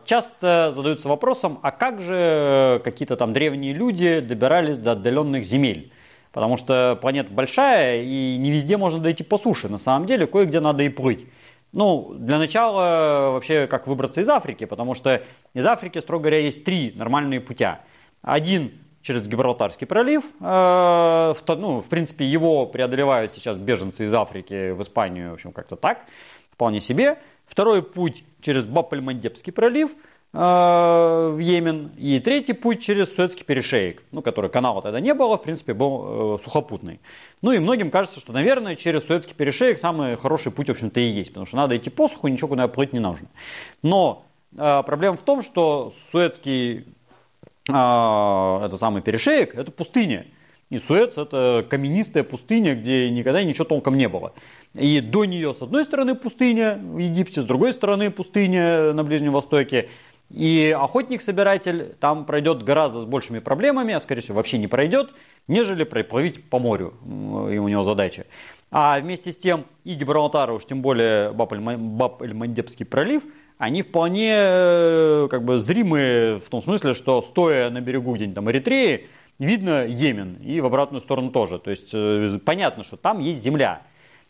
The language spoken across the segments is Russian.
часто задаются вопросом, а как же какие-то там древние люди добирались до отдаленных земель? Потому что планета большая, и не везде можно дойти по суше. На самом деле, кое-где надо и плыть. Ну, для начала, вообще, как выбраться из Африки, потому что из Африки, строго говоря, есть 3 нормальные путя. Один через Гибралтарский пролив, в принципе, его преодолевают сейчас беженцы из Африки в Испанию, в общем, как-то так, вполне себе. Второй путь через Баб-эль-Мандебский пролив в Йемен. И третий путь через Суэцкий перешеек, который канала тогда не было, в принципе, был сухопутный. Ну и многим кажется, что, наверное, через Суэцкий перешеек самый хороший путь, в общем-то, и есть, потому что надо идти по суху, ничего куда плыть не нужно. Но проблема в том, что Суэцкий это самый перешеек, это пустыня. И Суэц это каменистая пустыня, где никогда ничего толком не было. И до нее с одной стороны пустыня в Египте, с другой стороны пустыня на Ближнем Востоке. И охотник-собиратель там пройдет гораздо с большими проблемами, а скорее всего вообще не пройдет, нежели проплыть по морю, и у него задача. А вместе с тем и Гибралтар, уж тем более Баб-эль-Мандебский пролив, они вполне зримые в том смысле, что стоя на берегу где-нибудь там Эритреи, видно Йемен и в обратную сторону тоже. То есть понятно, что там есть земля.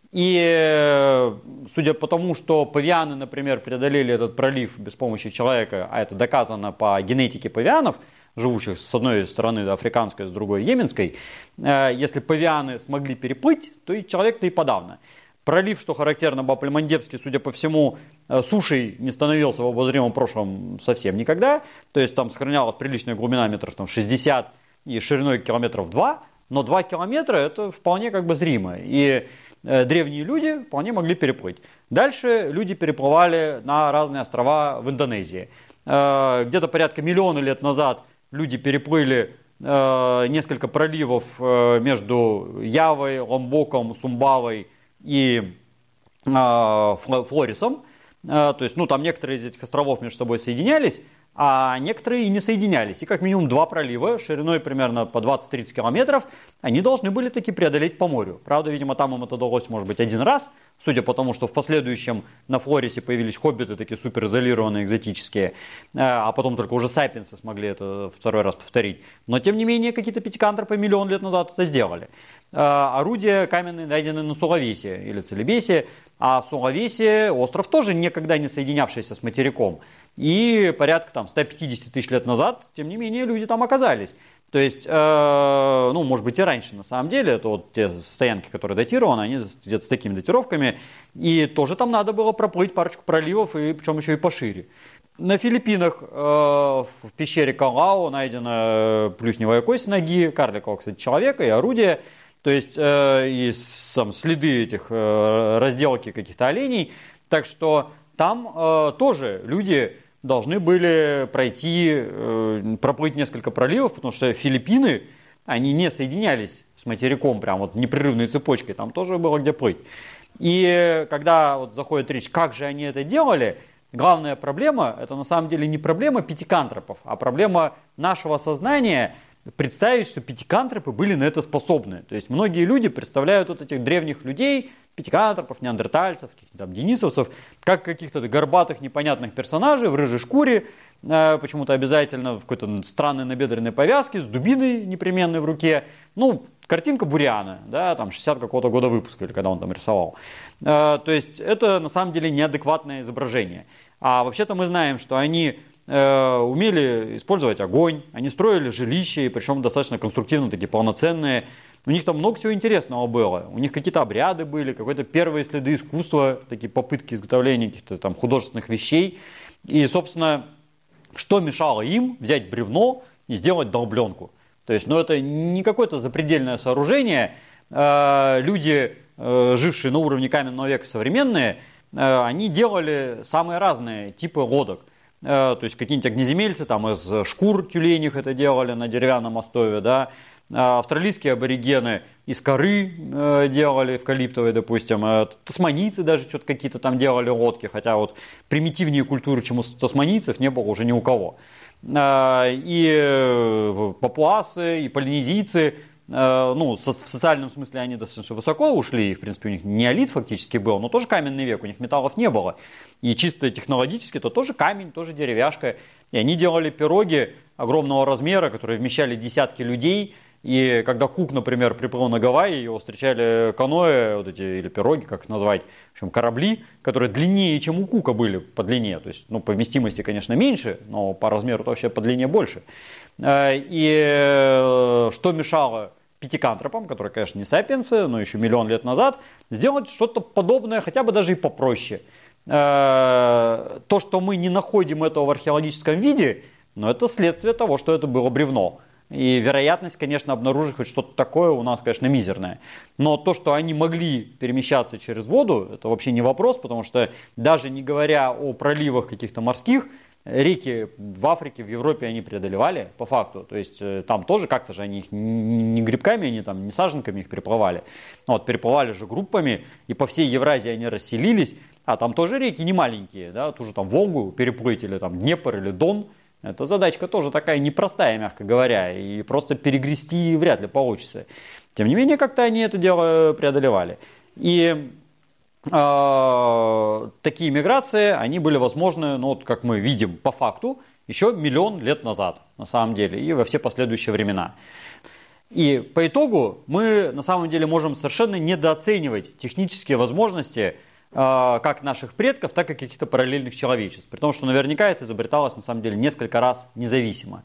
И судя по тому, что павианы, например, преодолели этот пролив без помощи человека, а это доказано по генетике павианов, живущих с одной стороны африканской, с другой йеменской, если павианы смогли переплыть, то и человек-то и подавно. Пролив, что характерно, Баб-эль-Мандебский, судя по всему, сушей не становился в обозримом прошлом совсем никогда. То есть там сохранялась приличная глубина метров 60 и шириной километров 2, но 2 километра это вполне зримо. И древние люди вполне могли переплыть. Дальше люди переплывали на разные острова в Индонезии. Где-то порядка миллиона лет назад люди переплыли несколько проливов между Явой, Ломбоком, Сумбавой и Флорисом. То есть, там некоторые из этих островов между собой соединялись, а некоторые и не соединялись. И как минимум 2 пролива шириной примерно по 20-30 километров они должны были таки преодолеть по морю. Правда, видимо, там им это удалось, может быть, один раз, судя по тому, что в последующем на Флорисе появились хоббиты такие суперизолированные, экзотические, а потом только уже сапиенсы смогли это второй раз повторить. Но, тем не менее, какие-то пятикантропы миллион лет назад это сделали. Орудия каменные найдены на Сулавесе или Целебесе, а в Сулавесе остров тоже никогда не соединявшийся с материком. И порядка 150 тысяч лет назад, тем не менее, люди там оказались. То есть, может быть и раньше на самом деле, это вот те стоянки, которые датированы, они где-то с такими датировками. И тоже там надо было проплыть парочку проливов, и причем еще и пошире. На Филиппинах в пещере Калау найдена плюсневая кость ноги, карликового, кстати, человека и орудие. То есть и следы этих разделки каких-то оленей. Так что там тоже люди должны были проплыть несколько проливов, потому что Филиппины, они не соединялись с материком прям вот непрерывной цепочкой, там тоже было где плыть. И когда вот заходит речь, как же они это делали, главная проблема, это на самом деле не проблема пятикантропов, а проблема нашего сознания представить, что пятикантропы были на это способны. То есть многие люди представляют вот этих древних людей, пятикантропов, неандертальцев, каких-то там денисовцев, как каких-то горбатых непонятных персонажей в рыжей шкуре, почему-то обязательно в какой-то странной набедренной повязке, с дубиной непременной в руке. Картинка Буриана, да, там 60 какого-то года выпуска, или когда он там рисовал. То есть это на самом деле неадекватное изображение. А вообще-то мы знаем, что они умели использовать огонь, они строили жилища, и причем достаточно конструктивно, такие полноценные. У них там много всего интересного было. У них какие-то обряды были, какие-то первые следы искусства, такие попытки изготовления каких-то там художественных вещей. И, собственно, что мешало им взять бревно и сделать долбленку? То есть, это не какое-то запредельное сооружение. Люди, жившие на уровне каменного века современные, они делали самые разные типы лодок. То есть какие-нибудь огнеземельцы там из шкур тюленях это делали на деревянном остове, да. Австралийские аборигены из коры делали, эвкалиптовой, допустим. Тасманийцы даже что-то какие-то там делали лодки, хотя вот примитивнее культуры, чем у тасманийцев, не было уже ни у кого. И папуасы, и полинезийцы ну, в социальном смысле они достаточно высоко ушли, и, в принципе, у них неолит фактически был, но тоже каменный век, у них металлов не было. И чисто технологически это тоже камень, тоже деревяшка. И они делали пироги огромного размера, которые вмещали десятки людей. И когда Кук, например, приплыл на Гавайи, его встречали каноэ, вот эти, или пироги, как их назвать, в общем, корабли, которые длиннее, чем у Кука были по длине. То есть, ну, по вместимости, конечно, меньше, но по размеру вообще по длине больше. И что мешало пятикантропам, которые, конечно, не сапиенсы, но еще миллион лет назад, сделать что-то подобное, хотя бы даже и попроще. То, что мы не находим этого в археологическом виде, но это следствие того, что это было бревно. И вероятность, конечно, обнаружить хоть что-то такое у нас, конечно, мизерная. Но то, что они могли перемещаться через воду, это вообще не вопрос, потому что даже не говоря о проливах каких-то морских, реки в Африке, в Европе они преодолевали по факту. То есть там тоже как-то же они их не грибками, они там не саженками их переплывали. Вот, переплывали же группами, и по всей Евразии они расселились. А там тоже реки не маленькие, да, ту же там Волгу переплыть, или там Днепр, или Дон. Эта задачка тоже такая непростая, мягко говоря, и просто перегрести вряд ли получится. Тем не менее, как-то они это дело преодолевали. И такие миграции, они были возможны, ну, вот, как мы видим по факту, еще миллион лет назад, на самом деле, и во все последующие времена. И по итогу мы, на самом деле, можем совершенно недооценивать технические возможности как наших предков, так и каких-то параллельных человечеств. При том, что наверняка это изобреталось на самом деле несколько раз независимо.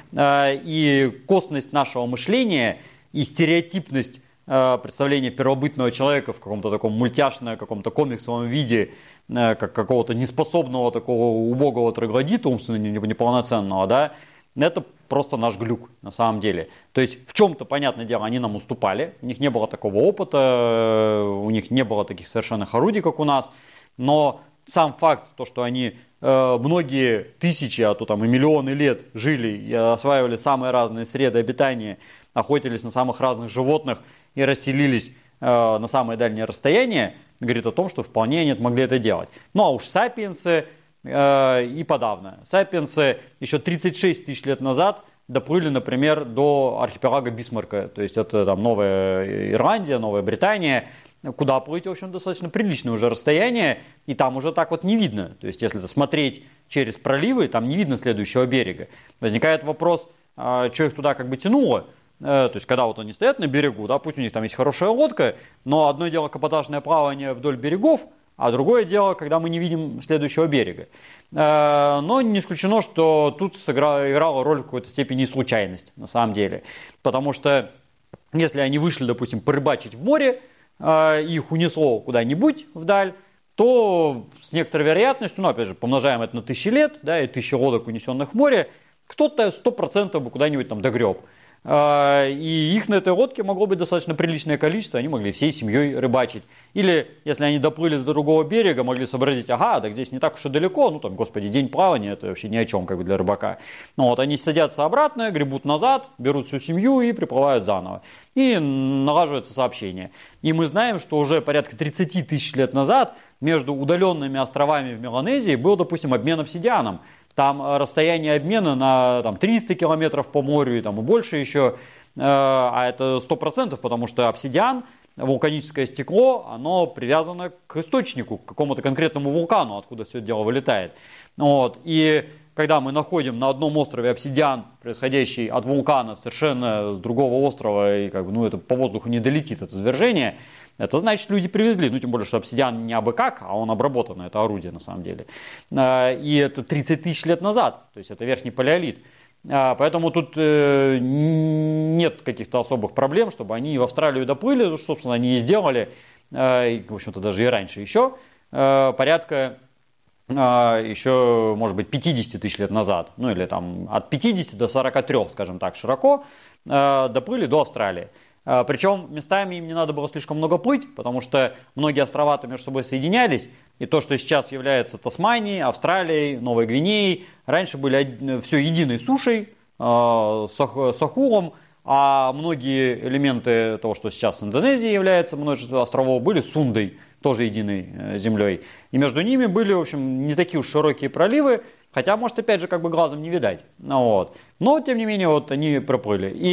И косность нашего мышления и стереотипность представления первобытного человека в каком-то таком мультяшном, каком-то комиксовом виде, как какого-то неспособного такого убогого троглодита, умственно неполноценного, да, это просто наш глюк на самом деле. То есть в чем-то, понятное дело, они нам уступали, у них не было такого опыта, у них не было таких совершенных орудий, как у нас, но сам факт, то, что они многие тысячи, а то там и миллионы лет жили и осваивали самые разные среды обитания, охотились на самых разных животных и расселились на самые дальние расстояния, говорит о том, что вполне они могли это делать. Ну а уж сапиенсы и подавно. Сапиенсы еще 36 тысяч лет назад доплыли, например, до архипелага Бисмарка, то есть это там Новая Ирландия, Новая Британия, куда плыть, в общем, достаточно приличное уже расстояние, и там уже так вот не видно. То есть если смотреть через проливы, там не видно следующего берега. Возникает вопрос, что их туда как бы тянуло. То есть, когда вот они стоят на берегу, да, пусть у них там есть хорошая лодка, но одно дело каботажное плавание вдоль берегов, а другое дело, когда мы не видим следующего берега. Но не исключено, что тут играла роль в какой-то степени и случайность, на самом деле. Потому что, если они вышли, допустим, порыбачить в море, их унесло куда-нибудь вдаль, то с некоторой вероятностью, ну, опять же, помножаем это на 1000 лет, да, и 1000 лодок, унесенных в море, кто-то 100% бы куда-нибудь там догреб. И их на этой лодке могло быть достаточно приличное количество, они могли всей семьей рыбачить. Или, если они доплыли до другого берега, могли сообразить, ага, так здесь не так уж и далеко, ну там, господи, день плавания, это вообще ни о чем как бы для рыбака. Ну вот, они садятся обратно, гребут назад, берут всю семью и приплывают заново. И налаживается сообщение. И мы знаем, что уже порядка 30 тысяч лет назад между удаленными островами в Меланезии был, допустим, обмен обсидианом. Там расстояние обмена на там, 300 километров по морю и, там, и больше еще, а это 100%, потому что обсидиан, вулканическое стекло, оно привязано к источнику, к какому-то конкретному вулкану, откуда все это дело вылетает. Вот. И когда мы находим на одном острове обсидиан, происходящий от вулкана совершенно с другого острова, и как бы, ну, это по воздуху не долетит, это извержение, это значит, люди привезли, ну тем более, что обсидиан не абы как, а он обработанный, это орудие на самом деле. И это 30 тысяч лет назад, то есть это верхний палеолит. Поэтому тут нет каких-то особых проблем, чтобы они в Австралию доплыли, собственно, они и сделали, и, в общем-то, даже и раньше еще, порядка еще, может быть, 50 тысяч лет назад, ну или там от 50 до 43, скажем так, широко, доплыли до Австралии. Причем местами им не надо было слишком много плыть, потому что многие острова-то между собой соединялись, и то, что сейчас является Тасманией, Австралией, Новой Гвинеей, раньше были все единой сушей, с ахулом, а многие элементы того, что сейчас Индонезия является, множество островов, были сундой, тоже единой землей. И между ними были, в общем, не такие уж широкие проливы, хотя, может, опять же, как бы глазом не видать. Вот. Но, тем не менее, вот они проплыли. И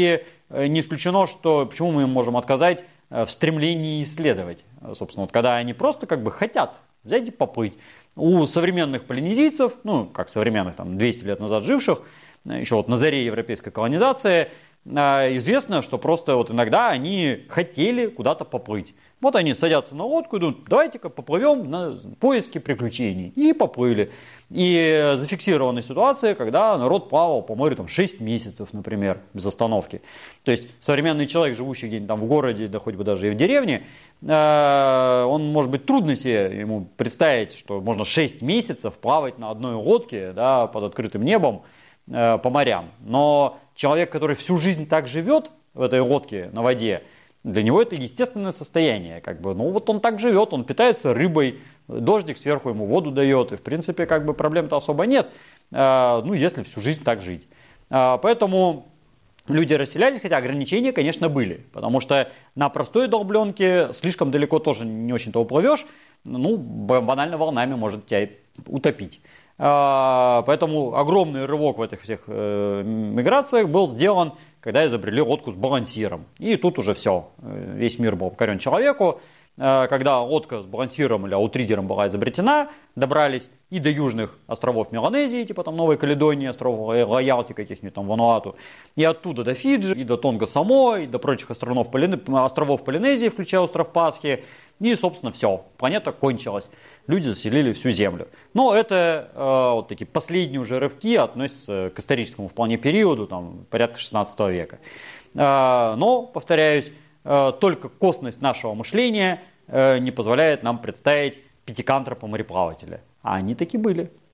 не исключено, что почему мы им можем отказать в стремлении исследовать. Собственно, вот когда они просто как бы хотят взять и поплыть. У современных полинезийцев, ну, как современных, там, 200 лет назад живших, еще вот на заре европейской колонизации, известно, что просто вот иногда они хотели куда-то поплыть. Вот они садятся на лодку и думают, давайте-ка поплывем на поиски приключений. И поплыли. И зафиксированы ситуации, когда народ плавал по морю там, 6 месяцев, например, без остановки. То есть современный человек, живущий где-нибудь там в городе, да хоть бы даже и в деревне, он, может быть, трудно себе ему представить, что можно 6 месяцев плавать на одной лодке, да, под открытым небом по морям. Но человек, который всю жизнь так живет в этой лодке на воде, для него это естественное состояние. Как бы. Ну вот он так живет, он питается рыбой, дождик сверху ему воду дает, и в принципе как бы проблем-то особо нет, ну если всю жизнь так жить. Поэтому люди расселялись, хотя ограничения, конечно, были. Потому что на простой долбленке слишком далеко тоже не очень-то уплывешь, ну банально волнами может тебя утопить. Поэтому огромный рывок в этих всех миграциях был сделан, когда изобрели лодку с балансиром. И тут уже все, весь мир был покорен человеку. Когда лодка с балансиром или аутридером была изобретена, добрались и до южных островов Меланезии, типа там Новой Каледонии, островов Лоялти, каких-нибудь там Вануату, и оттуда до Фиджи, и до Тонга-Само, и до прочих островов Полинезии, включая остров Пасхи. И, собственно, все, планета кончилась. Люди заселили всю Землю. Но это вот такие последние уже рывки относятся к историческому вполне периоду, там, порядка 16 века. Но, повторяюсь, только косность нашего мышления не позволяет нам представить пятикантропа мореплавателя. А они таки были.